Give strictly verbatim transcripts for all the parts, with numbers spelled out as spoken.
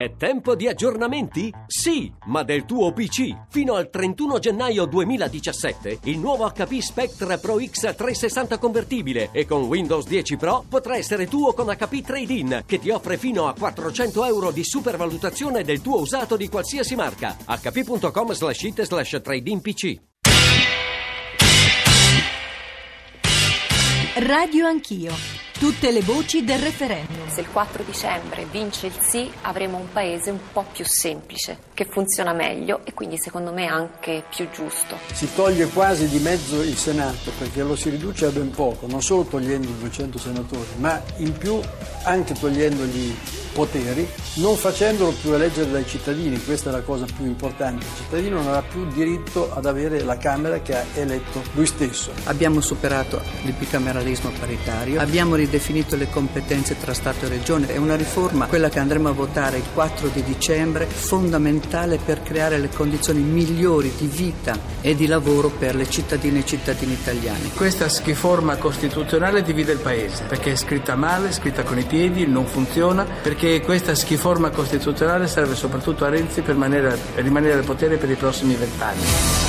È tempo di aggiornamenti? Sì, ma del tuo P C. Fino al trentuno gennaio duemiladiciassette, il nuovo acca pi Spectre Pro X trecentosessanta convertibile e con Windows dieci Pro potrà essere tuo con acca pi Trade-in, che ti offre fino a quattrocento euro di supervalutazione del tuo usato di qualsiasi marca. acca pi punto com slash it slash trade-in P C. Radio Anch'io. Tutte le voci del referendum. Se il quattro dicembre vince il sì, avremo un paese un po' più semplice, che funziona meglio e quindi secondo me anche più giusto. Si toglie quasi di mezzo il Senato, perché lo si riduce a ben poco, non solo togliendo i duecento senatori, ma in più anche togliendogli poteri, non facendolo più eleggere dai cittadini. Questa è la cosa più importante. Il cittadino non ha più diritto ad avere la Camera che ha eletto lui stesso. Abbiamo superato il bicameralismo paritario, abbiamo ridefinito le competenze tra Stato e Regione. È una riforma, quella che andremo a votare il quattro di dicembre, fondamentale per creare le condizioni migliori di vita e di lavoro per le cittadine e cittadini italiani. Questa schiforma costituzionale divide il paese, perché è scritta male, scritta con i piedi, non funziona, perché questa schiforma costituzionale serve soprattutto a Renzi per rimanere, rimanere al potere per i prossimi vent'anni.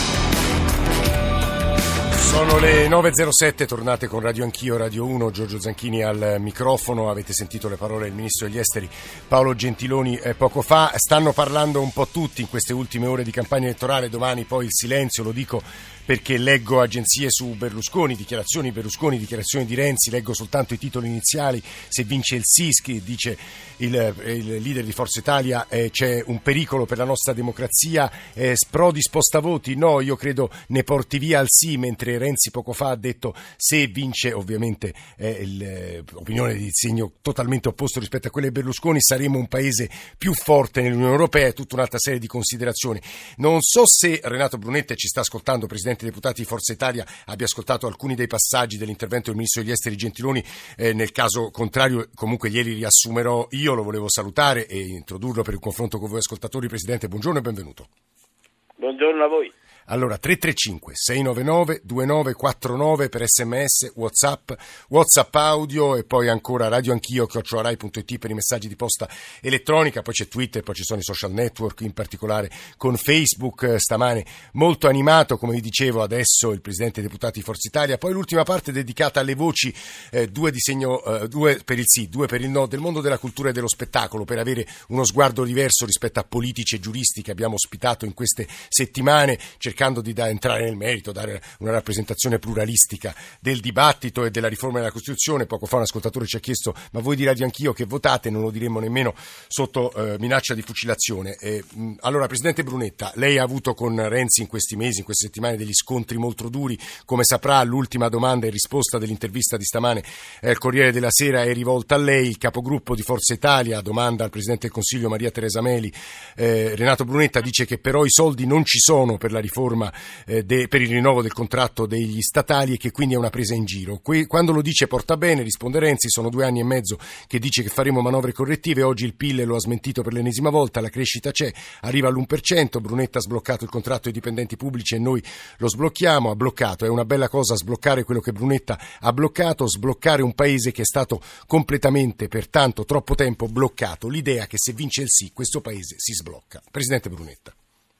Sono le nove e zero sette, tornate con Radio Anch'io, Radio uno, Giorgio Zanchini al microfono. Avete sentito le parole del Ministro degli Esteri Paolo Gentiloni eh, poco fa. Stanno parlando un po' tutti in queste ultime ore di campagna elettorale, domani poi il silenzio, lo dico perché leggo agenzie su Berlusconi, dichiarazioni Berlusconi, dichiarazioni di Renzi, leggo soltanto i titoli iniziali. Se vince il sì, dice il, il leader di Forza Italia, eh, c'è un pericolo per la nostra democrazia, eh, Prodi sposta voti, no, io credo ne porti via al sì, mentre Renzi poco fa ha detto se vince, ovviamente eh, l'opinione di segno totalmente opposto rispetto a quelle di Berlusconi, saremo un paese più forte nell'Unione Europea, e tutta un'altra serie di considerazioni. Non so se Renato Brunetta ci sta ascoltando, Presidente dei Deputati di Forza Italia, abbia ascoltato alcuni dei passaggi dell'intervento del Ministro degli Esteri Gentiloni, eh, nel caso contrario comunque glieli riassumerò io. Lo volevo salutare e introdurlo per il confronto con voi ascoltatori. Presidente, buongiorno e benvenuto. Buongiorno a voi. Allora, tre tre cinque sei nove nove due nove quattro nove per sms, whatsapp, whatsapp audio, e poi ancora Radio Anch'io, chiocciola rai punto it per i messaggi di posta elettronica. Poi c'è Twitter, poi ci sono i social network, in particolare con Facebook, stamane molto animato, come vi dicevo adesso, il Presidente dei Deputati di Forza Italia. Poi l'ultima parte dedicata alle voci, eh, due di segno, eh, due per il sì, due per il no, del mondo della cultura e dello spettacolo, per avere uno sguardo diverso rispetto a politici e giuristi che abbiamo ospitato in queste settimane, cercando di da entrare nel merito, dare una rappresentazione pluralistica del dibattito e della riforma della Costituzione. Poco fa un ascoltatore ci ha chiesto: ma voi di Radio Anch'io che votate? Non lo diremmo nemmeno sotto eh, minaccia di fucilazione. Eh, mh, allora, Presidente Brunetta, lei ha avuto con Renzi in questi mesi, in queste settimane, degli scontri molto duri. Come saprà, l'ultima domanda in risposta dell'intervista di stamane eh, il Corriere della Sera è rivolta a lei. Il capogruppo di Forza Italia domanda al Presidente del Consiglio Maria Teresa Meli. eh, Renato Brunetta dice che però i soldi non ci sono per la riforma eh, de, per il rinnovo del contratto degli statali, e che quindi è una presa in giro. Que, quando lo dice porta bene, risponde Renzi. Sono due anni e mezzo che dice che faremo manovre correttive, oggi il P I L lo ha smentito per l'ennesima volta, la crescita c'è, arriva all'uno per cento, Brunetta ha sbloccato il contratto ai dipendenti pubblici e noi lo sblocchiamo. Ha bloccato, è una bella cosa sbloccare quello che Brunetta ha bloccato, sbloccare un paese che è stato completamente per tanto troppo tempo bloccato. L'idea che se vince il sì questo paese si sblocca. Presidente Brunetta.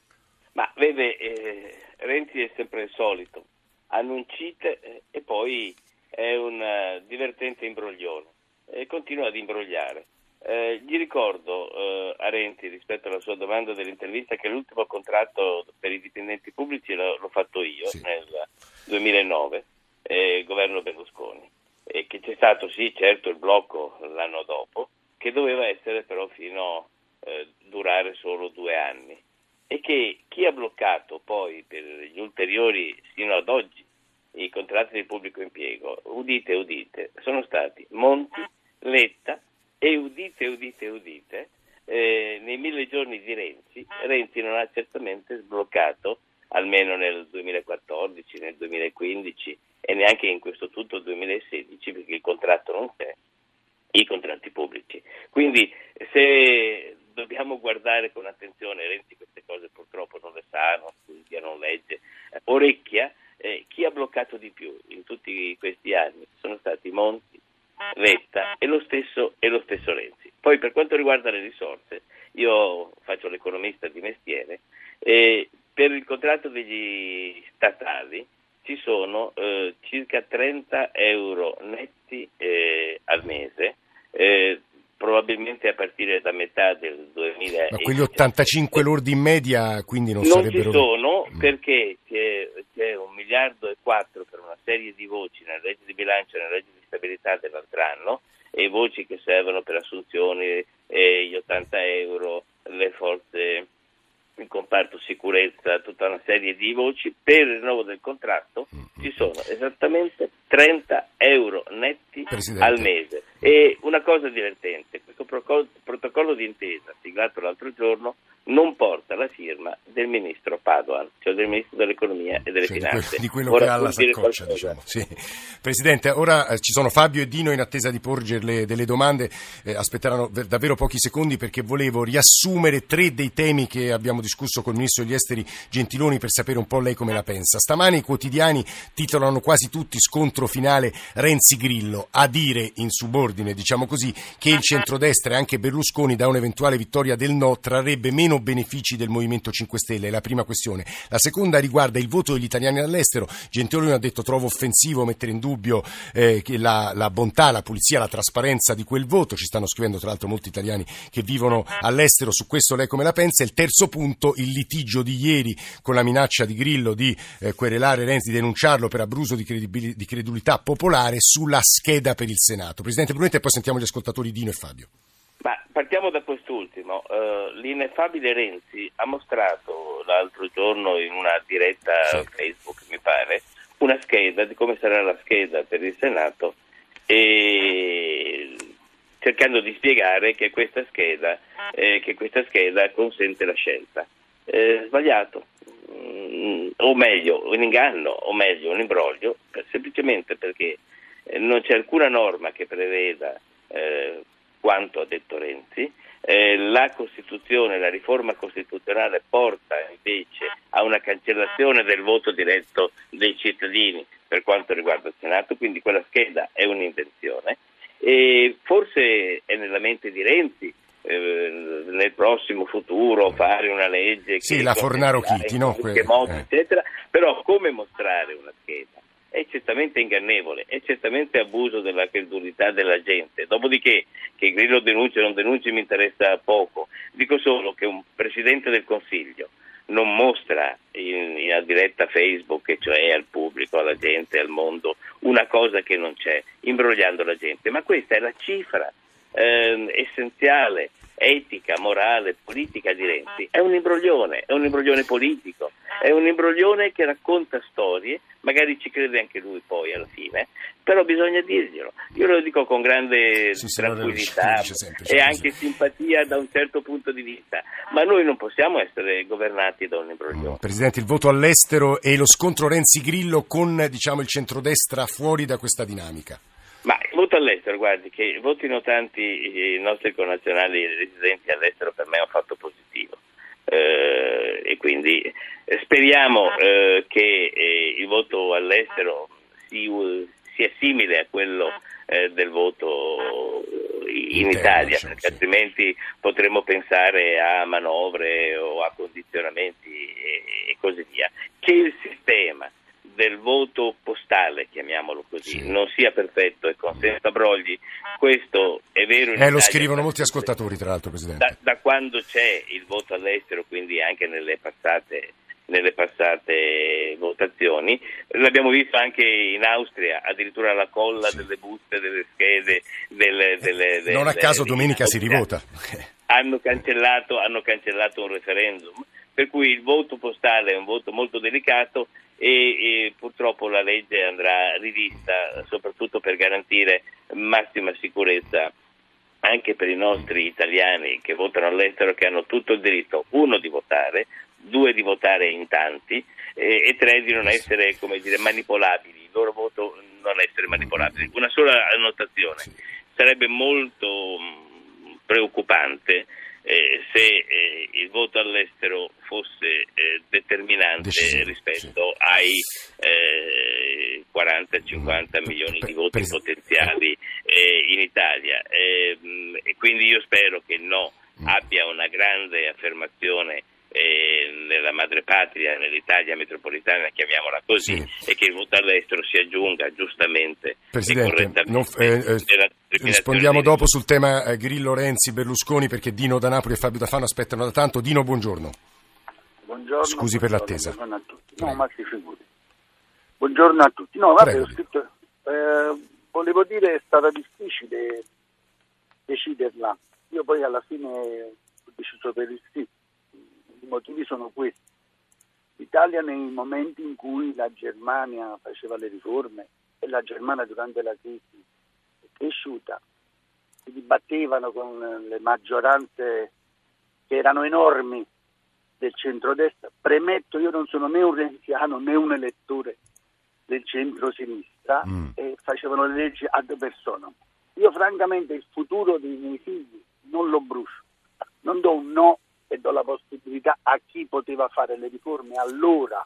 Ma vede, eh, Renzi è sempre il solito, annuncite eh, e poi è un uh, divertente imbroglione, e continua ad imbrogliare. Eh, gli ricordo eh, a Renzi, rispetto alla sua domanda dell'intervista, che l'ultimo contratto per i dipendenti pubblici l'ho, l'ho fatto io, sì, nel duemilanove, eh, governo Berlusconi, e che c'è stato sì certo il blocco l'anno dopo, che doveva essere però fino a eh, durare solo due anni. E che chi ha bloccato poi per gli ulteriori sino ad oggi i contratti di pubblico impiego, udite udite, sono stati Monti, Letta e udite udite udite, eh, nei mille giorni di Renzi. Renzi non ha certamente sbloccato, almeno nel duemilaquattordici, nel duemilaquindici e neanche in questo tutto duemilasedici, perché il contratto non c'è, i contratti pubblici. Quindi se dobbiamo guardare con attenzione, Renzi queste cose purtroppo non le sa, non studia, non legge, orecchia, eh, chi ha bloccato di più in tutti questi anni sono stati Monti, Letta e lo stesso, e lo stesso Renzi. Poi per quanto riguarda le risorse, io faccio l'economista di mestiere, e per il contratto degli statali ci sono eh, circa trenta euro netti eh, al mese, eh, probabilmente a partire da metà del duemila. Ma quegli ottantacinque lordi in media quindi non, non sarebbero... ci sono, perché c'è, c'è un miliardo e quattro per una serie di voci nella legge di bilancio e nella legge di stabilità dell'altro anno, e voci che servono per assunzioni, eh, gli ottanta euro, le forze, il comparto sicurezza, tutta una serie di voci. Per il rinnovo del contratto ci sono esattamente trenta euro netti Presidente. al mese. E una cosa divertente, questo protocollo di intesa siglato l'altro giorno non porta la firma del ministro Padoan, cioè del ministro dell'economia e delle cioè finanze. Di quello ora, che ha alla saccoccia, diciamo. Sì. Presidente, ora eh, ci sono Fabio e Dino in attesa di porgerle delle domande, eh, aspetteranno ver- davvero pochi secondi, perché volevo riassumere tre dei temi che abbiamo discusso con il ministro degli esteri Gentiloni, per sapere un po' lei come la pensa. Stamani i quotidiani titolano quasi tutti scontro finale Renzi-Grillo, a dire in subordine, diciamo così, che il centrodestra e anche Berlusconi da un'eventuale vittoria del no trarrebbe meno benefici del Movimento cinque Stelle. È la prima questione. La seconda riguarda il voto degli italiani all'estero. Gentiloni ha detto: trovo offensivo mettere in dubbio eh, la, la bontà, la pulizia, la trasparenza di quel voto. Ci stanno scrivendo tra l'altro molti italiani che vivono all'estero. Su questo lei come la pensa? Il terzo punto, il litigio di ieri con la minaccia di Grillo di eh, querelare Renzi, di denunciarlo per abuso di, credibil- di credulità popolare sulla scheda per il Senato. Presidente Brunetta, e poi sentiamo gli ascoltatori Dino e Fabio. Ma partiamo da quest'ultimo. Uh, l'ineffabile Renzi ha mostrato l'altro giorno in una diretta sì. Facebook, mi pare, una scheda di come sarà la scheda per il Senato, e cercando di spiegare che questa scheda, eh, che questa scheda consente la scelta. Eh, sbagliato, mm, o meglio, un inganno, o meglio, un imbroglio, semplicemente perché eh, non c'è alcuna norma che preveda eh, quanto ha detto Renzi. Eh, la Costituzione, la riforma costituzionale porta invece a una cancellazione del voto diretto dei cittadini per quanto riguarda il Senato, quindi quella scheda è un'invenzione, e forse è nella mente di Renzi eh, nel prossimo futuro fare una legge sì, che la Fornaro Chiti, no? in che modo, eh. eccetera, però come mostrare una scheda è certamente ingannevole, è certamente abuso della credulità della gente. Dopodiché, che Grillo denunci o non denunci mi interessa poco, dico solo che un Presidente del Consiglio non mostra in, in diretta Facebook, e cioè al pubblico, alla gente, al mondo, una cosa che non c'è, imbrogliando la gente, ma questa è la cifra eh, essenziale, etica, morale, politica di Renzi. È un imbroglione, è un imbroglione politico, è un imbroglione che racconta storie, magari ci crede anche lui poi alla fine, però bisogna dirglielo. Io lo dico con grande sì, tranquillità sempre, e anche così. Simpatia da un certo punto di vista, ma noi non possiamo essere governati da un imbroglione. Mm, Presidente, il voto all'estero e lo scontro Renzi-Grillo con, diciamo, il centrodestra fuori da questa dinamica. Ma il voto all'estero, guardi, che votino tanti i nostri connazionali residenti all'estero per me è un fatto positivo, eh, e quindi speriamo eh, che eh, il voto all'estero si, sia simile a quello eh, del voto in Interno, Italia, diciamo, perché sì. Altrimenti potremmo pensare a manovre o a condizionamenti e, e così via. Che il sistema del voto postale, chiamiamolo così, sì. non sia perfetto e consenta brogli, questo è vero in eh, Italia, lo scrivono molti ascoltatori, tra l'altro, Presidente. Da, da quando c'è il voto all'estero, quindi anche nelle passate nelle passate votazioni, l'abbiamo visto anche in Austria, addirittura la colla sì. delle buste, delle schede, delle, delle, delle non a caso delle, domenica delle, si rivota. Hanno cancellato, hanno cancellato un referendum, per cui il voto postale è un voto molto delicato e, e purtroppo la legge andrà rivista, soprattutto per garantire massima sicurezza anche per i nostri italiani che votano all'estero, che hanno tutto il diritto, uno, di votare, due, di votare in tanti, e, e tre, di non essere, come dire, manipolabili, il loro voto non essere manipolabile. Una sola annotazione: sarebbe molto mh, preoccupante eh, se eh, il voto all'estero fosse eh, determinante Decisivo, rispetto sì. ai eh, quaranta cinquanta milioni di voti potenziali eh, in Italia, eh, e quindi io spero che il no mm. abbia una grande affermazione eh, nella madrepatria, nell'Italia metropolitana, chiamiamola così, sì. e che il voto all'estero si aggiunga giustamente Presidente, e correttamente. Non, eh, eh, rispondiamo dopo sul tema eh, Grillo, Renzi, Berlusconi, perché Dino da Napoli e Fabio da Fano aspettano da tanto. Dino, buongiorno. Buongiorno. Scusi per l'attesa. Buongiorno a tutti. No, ma si figuri. Buongiorno a tutti. No, vabbè, Prego. ho scritto, eh, volevo dire è stata difficile deciderla. Io poi alla fine ho deciso per il sì. I motivi sono questi. L'Italia nei momenti in cui la Germania faceva le riforme e la Germania durante la crisi è cresciuta, si dibattevano con le maggioranze che erano enormi del centrodestra. Premetto, io non sono né un renziano né un elettore del centro-sinistra, mm. e facevano le leggi ad personam. Io francamente il futuro dei miei figli non lo brucio, non do un no e do la possibilità a chi poteva fare le riforme allora,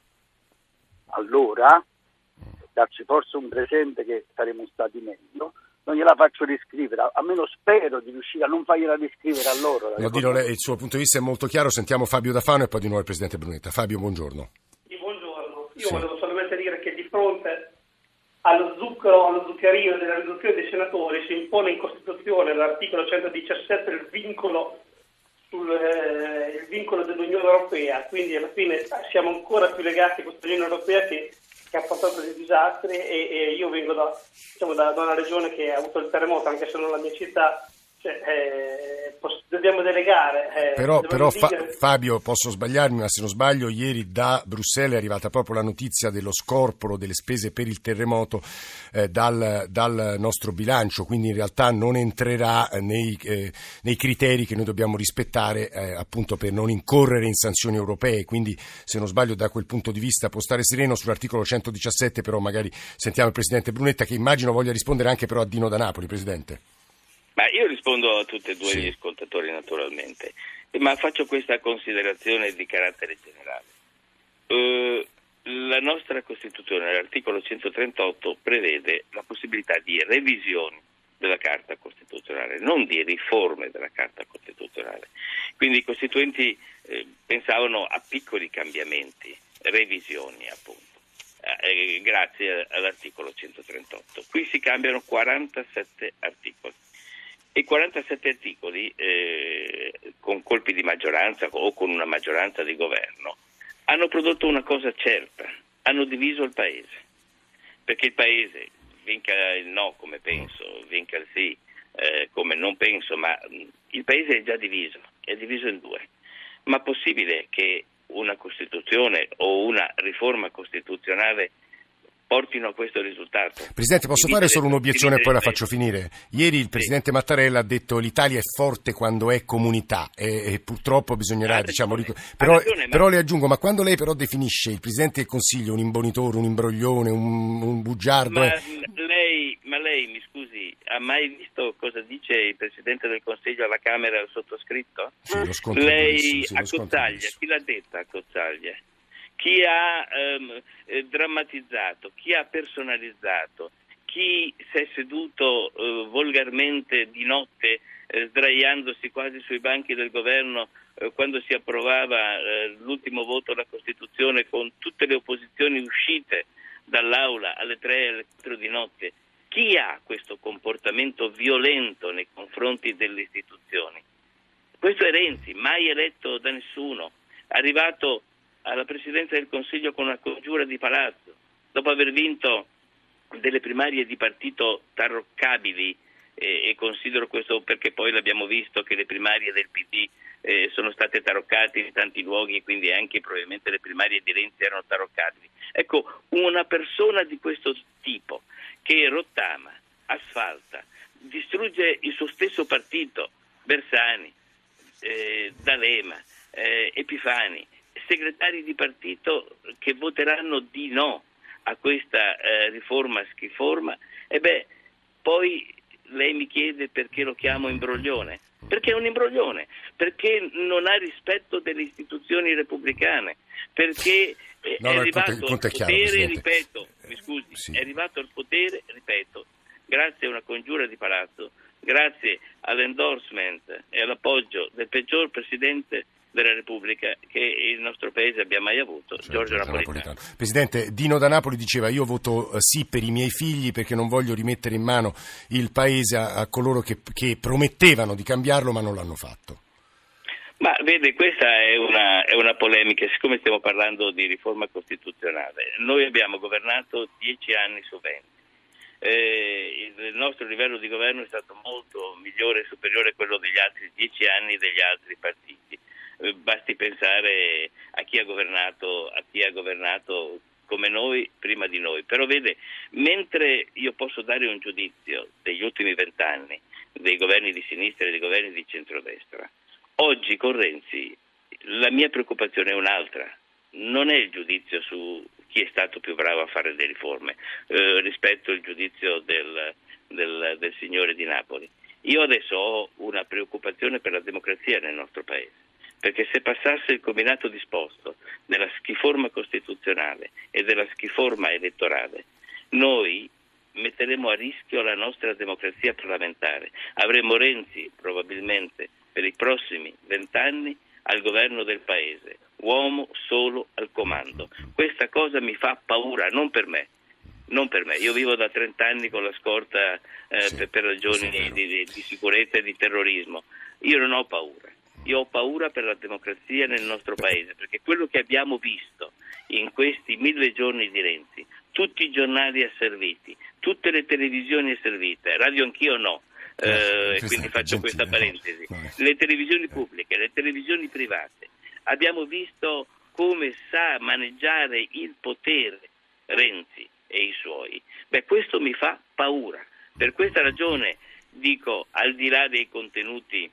allora, darci forse un presente che saremmo stati meglio, non gliela faccio riscrivere, almeno spero di riuscire a non fargliela riscrivere a loro. No, Dino, lei, il suo punto di vista è molto chiaro, sentiamo Fabio da Fano e poi di nuovo il Presidente Brunetta. Fabio, buongiorno. Sì, buongiorno. Io sì. volevo solamente dire che di fronte allo zucchero, allo zuccherino della riduzione dei senatori si impone in Costituzione l'articolo centodiciassette il vincolo sul eh, il vincolo dell'Unione Europea, quindi alla fine siamo ancora più legati a questa Unione Europea che, che ha portato dei disastri e, e io vengo da, diciamo, da, da una regione che ha avuto il terremoto, anche se non la mia città. Cioè, eh, poss- dobbiamo delegare. Eh, però però fa- dire... Fabio, posso sbagliarmi, ma se non sbaglio, ieri da Bruxelles è arrivata proprio la notizia dello scorporo delle spese per il terremoto eh, dal, dal nostro bilancio, quindi in realtà non entrerà nei, eh, nei criteri che noi dobbiamo rispettare eh, appunto per non incorrere in sanzioni europee. Quindi, se non sbaglio, da quel punto di vista può stare sereno. Sull'articolo centodiciassette però magari sentiamo il Presidente Brunetta, che immagino voglia rispondere anche però a Dino da Napoli. Presidente. Ma io rispondo a tutti e due sì. gli ascoltatori naturalmente, ma faccio questa considerazione di carattere generale. Uh, la nostra Costituzione, l'articolo centotrentotto, prevede la possibilità di revisioni della Carta Costituzionale, non di riforme della Carta Costituzionale. Quindi i costituenti eh, pensavano a piccoli cambiamenti, revisioni appunto, eh, grazie all'articolo centotrentotto. Qui si cambiano quarantasette articoli. I quarantasette articoli, eh, con colpi di maggioranza o con una maggioranza di governo, hanno prodotto una cosa certa, hanno diviso il Paese. Perché il Paese, vinca il no come penso, vinca il sì eh, come non penso, ma il Paese è già diviso, è diviso in due. Ma è possibile che una Costituzione o una riforma costituzionale portino a questo risultato? Presidente, posso fare solo un'obiezione e poi la faccio finire? Ieri il Presidente sì. Mattarella ha detto l'Italia è forte quando è comunità e, e purtroppo bisognerà, ah, diciamo, ric- però, ragione, però ma... le aggiungo, ma quando lei però definisce il Presidente del Consiglio un imbonitore, un imbroglione, un, un bugiardo... Ma, eh... lei, ma lei, mi scusi, ha mai visto cosa dice il Presidente del Consiglio alla Camera al sottoscritto? Sì, lo scontro lei sì, a Cozzaglia, chi l'ha detta a Cozzaglia? Chi ha ehm, eh, drammatizzato, chi ha personalizzato, chi si è seduto eh, volgarmente di notte eh, sdraiandosi quasi sui banchi del governo eh, quando si approvava eh, l'ultimo voto alla Costituzione con tutte le opposizioni uscite dall'aula alle tre e alle quattro di notte. Chi ha questo comportamento violento nei confronti delle istituzioni? Questo è Renzi, mai eletto da nessuno, arrivato alla Presidenza del Consiglio con una congiura di palazzo, dopo aver vinto delle primarie di partito tarroccabili, eh, e considero questo perché poi l'abbiamo visto che le primarie del P D eh, sono state taroccate in tanti luoghi e quindi anche probabilmente le primarie di Renzi erano taroccabili. Ecco, una persona di questo tipo che rottama, asfalta, distrugge il suo stesso partito, Bersani, eh, D'Alema, eh, Epifani, segretari di partito che voteranno di no a questa eh, riforma schiforma, e beh, poi lei mi chiede perché lo chiamo imbroglione. Perché è un imbroglione, perché non ha rispetto delle istituzioni repubblicane, perché eh, no, è no, arrivato conto, conto al è chiaro, potere, Presidente. ripeto, mi scusi, Sì. è arrivato al potere, ripeto, grazie a una congiura di palazzo, grazie all'endorsement e all'appoggio del peggior Presidente della Repubblica che il nostro paese abbia mai avuto, cioè, Giorgio Napolitano. Napolitano. Presidente, Dino da Napoli diceva: io voto eh, sì per i miei figli perché non voglio rimettere in mano il paese a, a coloro che, che promettevano di cambiarlo ma non l'hanno fatto. Ma vede, questa è una, è una polemica, siccome stiamo parlando di riforma costituzionale. Noi abbiamo governato dieci anni su venti. Eh, il nostro livello di governo è stato molto migliore e superiore a quello degli altri dieci anni degli altri partiti. Eh, basti pensare a chi ha governato, a chi ha governato come noi prima di noi. Però vede, mentre io posso dare un giudizio degli ultimi vent'anni dei governi di sinistra e dei governi di centrodestra, oggi con Renzi la mia preoccupazione è un'altra. Non è il giudizio su chi è stato più bravo a fare le riforme eh, rispetto al giudizio del, del, del signore di Napoli. Io adesso ho una preoccupazione per la democrazia nel nostro paese, perché se passasse il combinato disposto della schiforma costituzionale e della schiforma elettorale, noi metteremo a rischio la nostra democrazia parlamentare. Avremo Renzi probabilmente per i prossimi vent'anni al governo del paese, uomo solo al comando. Questa cosa mi fa paura, non per me, non per me. Io vivo da trent'anni con la scorta eh, sì, per, per ragioni di, di, di sicurezza e di terrorismo. Io non ho paura, io ho paura per la democrazia nel nostro paese, perché quello che abbiamo visto in questi mille giorni di Renzi, tutti i giornali asserviti, tutte le televisioni asservite, Radio Anch'io no, eh, e quindi faccio questa parentesi, le televisioni pubbliche, le televisioni private. Abbiamo visto come sa maneggiare il potere Renzi e i suoi. Beh, questo mi fa paura. Per questa ragione dico, al di là dei contenuti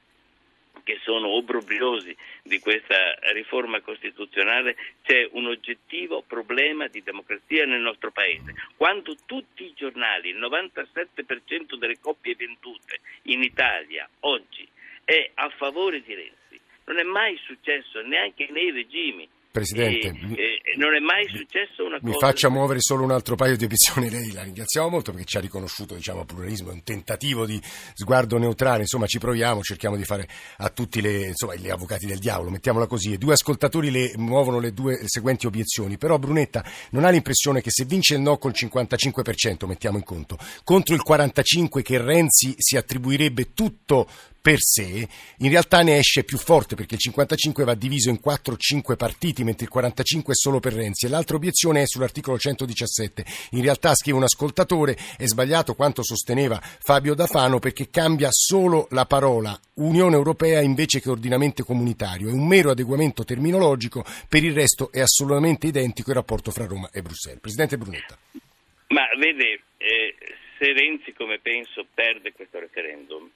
che sono obbrobriosi di questa riforma costituzionale, c'è un oggettivo problema di democrazia nel nostro paese. Quando tutti i giornali, il novantasette per cento delle copie vendute in Italia oggi è a favore di Renzi, non è mai successo neanche nei regimi. Presidente, e, e non è mai successo una mi cosa. Mi faccia muovere solo un altro paio di obiezioni. Lei la ringraziamo molto perché ci ha riconosciuto, diciamo, pluralismo, un tentativo di sguardo neutrale. Insomma, ci proviamo, cerchiamo di fare a tutti le, insomma, gli avvocati del diavolo, mettiamola così. E due ascoltatori le muovono le due le seguenti obiezioni. Però Brunetta non ha l'impressione che se vince il no col cinquantacinque per cento, mettiamo in conto, contro il quarantacinque per cento che Renzi si attribuirebbe tutto per sé, in realtà ne esce più forte, perché il cinquantacinque va diviso in quattro cinque partiti, mentre il quarantacinque è solo per Renzi. E l'altra obiezione è sull'articolo centodiciassette. In realtà, scrive un ascoltatore, è sbagliato quanto sosteneva Fabio D'Afano, perché cambia solo la parola Unione Europea invece che ordinamento comunitario. È un mero adeguamento terminologico, per il resto è assolutamente identico il rapporto fra Roma e Bruxelles. Presidente Brunetta. Ma vede, eh, se Renzi, come penso, perde questo referendum,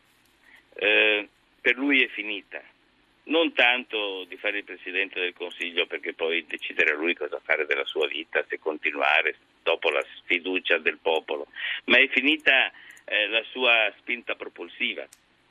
Eh, per lui è finita. Non tanto di fare il Presidente del Consiglio, perché poi deciderà lui cosa fare della sua vita, se continuare dopo la sfiducia del popolo, ma è finita eh, la sua spinta propulsiva.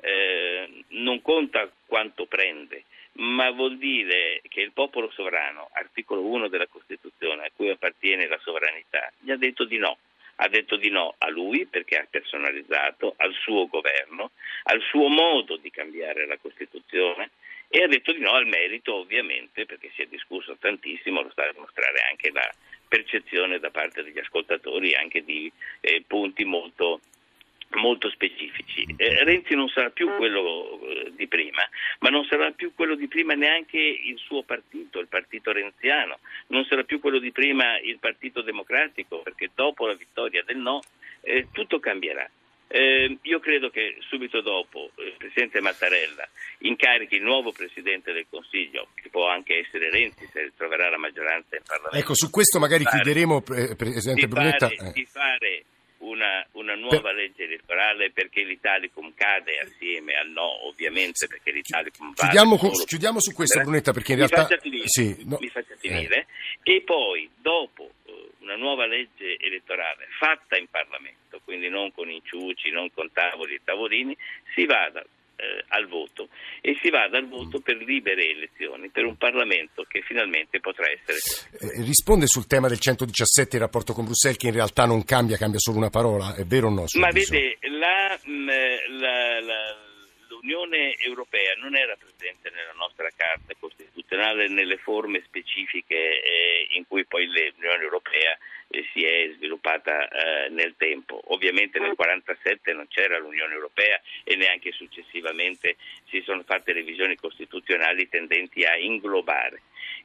Eh, non conta quanto prende, ma vuol dire che il popolo sovrano, articolo uno della Costituzione, a cui appartiene la sovranità, gli ha detto di no. Ha detto di no a lui perché ha personalizzato, al suo governo, al suo modo di cambiare la Costituzione, e ha detto di no al merito, ovviamente, perché si è discusso tantissimo, lo sta a dimostrare anche la percezione da parte degli ascoltatori, anche di eh, punti molto molto specifici. Eh, Renzi non sarà più quello eh, di prima, ma non sarà più quello di prima neanche il suo partito, il partito renziano, non sarà più quello di prima il Partito Democratico, perché dopo la vittoria del no eh, tutto cambierà. Eh, io credo che subito dopo il Presidente Mattarella incarichi il nuovo Presidente del Consiglio, che può anche essere Renzi se troverà la maggioranza in Parlamento. Ecco, su questo magari fare, chiuderemo, Presidente di Brunetta. Fare, eh. Di fare Una, una nuova per... legge elettorale, perché l'Italicum cade assieme al no, ovviamente, perché l'Italicum vale chiudiamo, solo... chiudiamo su questo, per... Brunetta, perché in mi realtà faccia finire, sì, no. mi faccia finire. Eh. E poi dopo una nuova legge elettorale fatta in Parlamento, quindi non con inciuci, non con tavoli e tavolini, si vada eh, al voto e si vada al voto per libere elezioni, per un Parlamento che finalmente potrà essere. Eh, risponde sul tema del centodiciassette, il rapporto con Bruxelles, che in realtà non cambia, cambia solo una parola, è vero o no? Ma vede, la, la, l'Unione Europea non era presente nella nostra Carta Costituzionale nelle forme specifiche eh, in cui poi l'Unione Europea eh, si è sviluppata eh, nel tempo. Ovviamente nel quarantasette non c'era l'Unione Europea e neanche successivamente si sono fatte revisioni costituzionali tendenti a inglobare.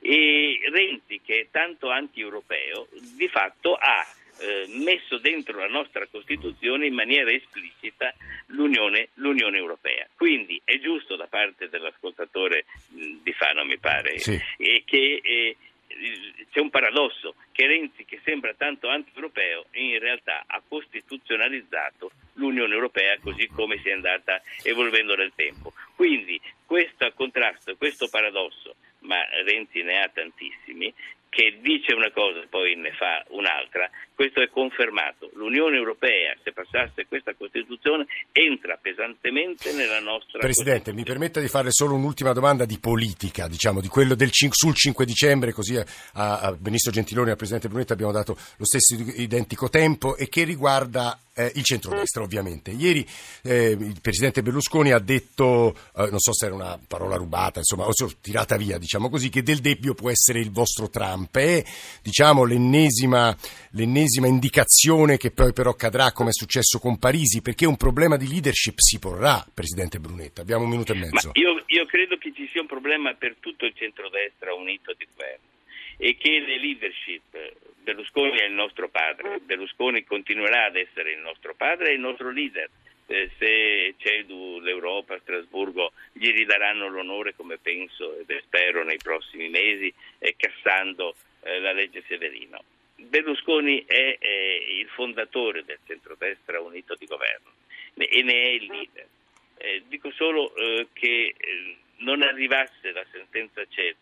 E Renzi, che è tanto anti-europeo, di fatto ha Eh, messo dentro la nostra Costituzione in maniera esplicita l'Unione, l'Unione Europea. Quindi è giusto da parte dell'ascoltatore mh, di Fano, mi pare, sì. eh, che eh, c'è un paradosso, che Renzi, che sembra tanto anti-europeo, in realtà ha costituzionalizzato l'Unione Europea così come si è andata evolvendo nel tempo. Quindi questo contrasto, questo paradosso, ma Renzi ne ha tantissimi, che dice una cosa e poi ne fa un'altra, questo è confermato. L'Unione Europea, se passasse questa Costituzione, entra pesantemente nella nostra Presidente, mi permetta di fare solo un'ultima domanda di politica, diciamo, di quello del cin- sul cinque dicembre, così a, a Ministro Gentiloni e al Presidente Brunetta abbiamo dato lo stesso identico tempo, e che riguarda eh, il centrodestra, ovviamente. Ieri eh, il Presidente Berlusconi ha detto, eh, non so se era una parola rubata, insomma, o se tirata via, diciamo così, che Del Debbio può essere il vostro Trump. È, diciamo, l'ennesima, l'ennesima indicazione che poi però cadrà, come è successo con Parisi, perché un problema di leadership si porrà, Presidente Brunetta. Abbiamo un minuto e mezzo. Ma io, io credo che ci sia un problema per tutto il centrodestra unito di governo, e che le leadership, Berlusconi è il nostro padre, Berlusconi continuerà ad essere il nostro padre e il nostro leader. Eh, se CEDU, l'Europa, Strasburgo gli ridaranno l'onore, come penso ed spero nei prossimi mesi, eh, cassando eh, la legge Severino. Berlusconi è eh, il fondatore del centrodestra unito di governo e ne è il leader. Eh, dico solo eh, che eh, non arrivasse la sentenza CEDU,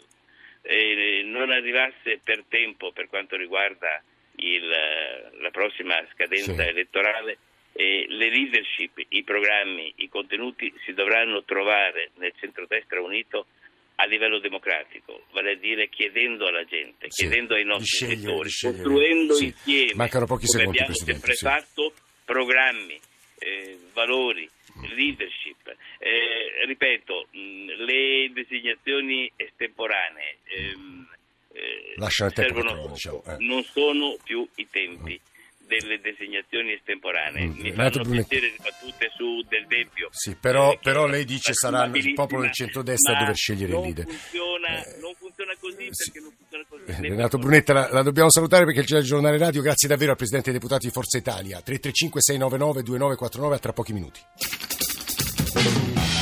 eh, non arrivasse per tempo per quanto riguarda il, la prossima scadenza sì. elettorale, e le leadership, i programmi, i contenuti si dovranno trovare nel centrodestra unito a livello democratico, vale a dire chiedendo alla gente, sì, chiedendo ai nostri elettori, costruendo sì. insieme, mancano pochi come secondi, abbiamo sempre sì. fatto, programmi, eh, valori, leadership. Eh, ripeto, mh, le designazioni estemporanee ehm, eh, servono poco, diciamo, eh. non sono più i tempi delle designazioni estemporanee. Mm. Mi fanno piacere le battute su Del Debbio. Sì, però, eh, però lei dice sarà il popolo del centrodestra a dover scegliere il leader. Funziona, eh, non funziona così sì. perché non funziona così. Eh, Renato Brunetta, la, la dobbiamo salutare perché c'è il giornale radio. Grazie davvero al Presidente dei Deputati di Forza Italia. tre tre cinque sei nove nove due nove quattro nove, a tra pochi minuti.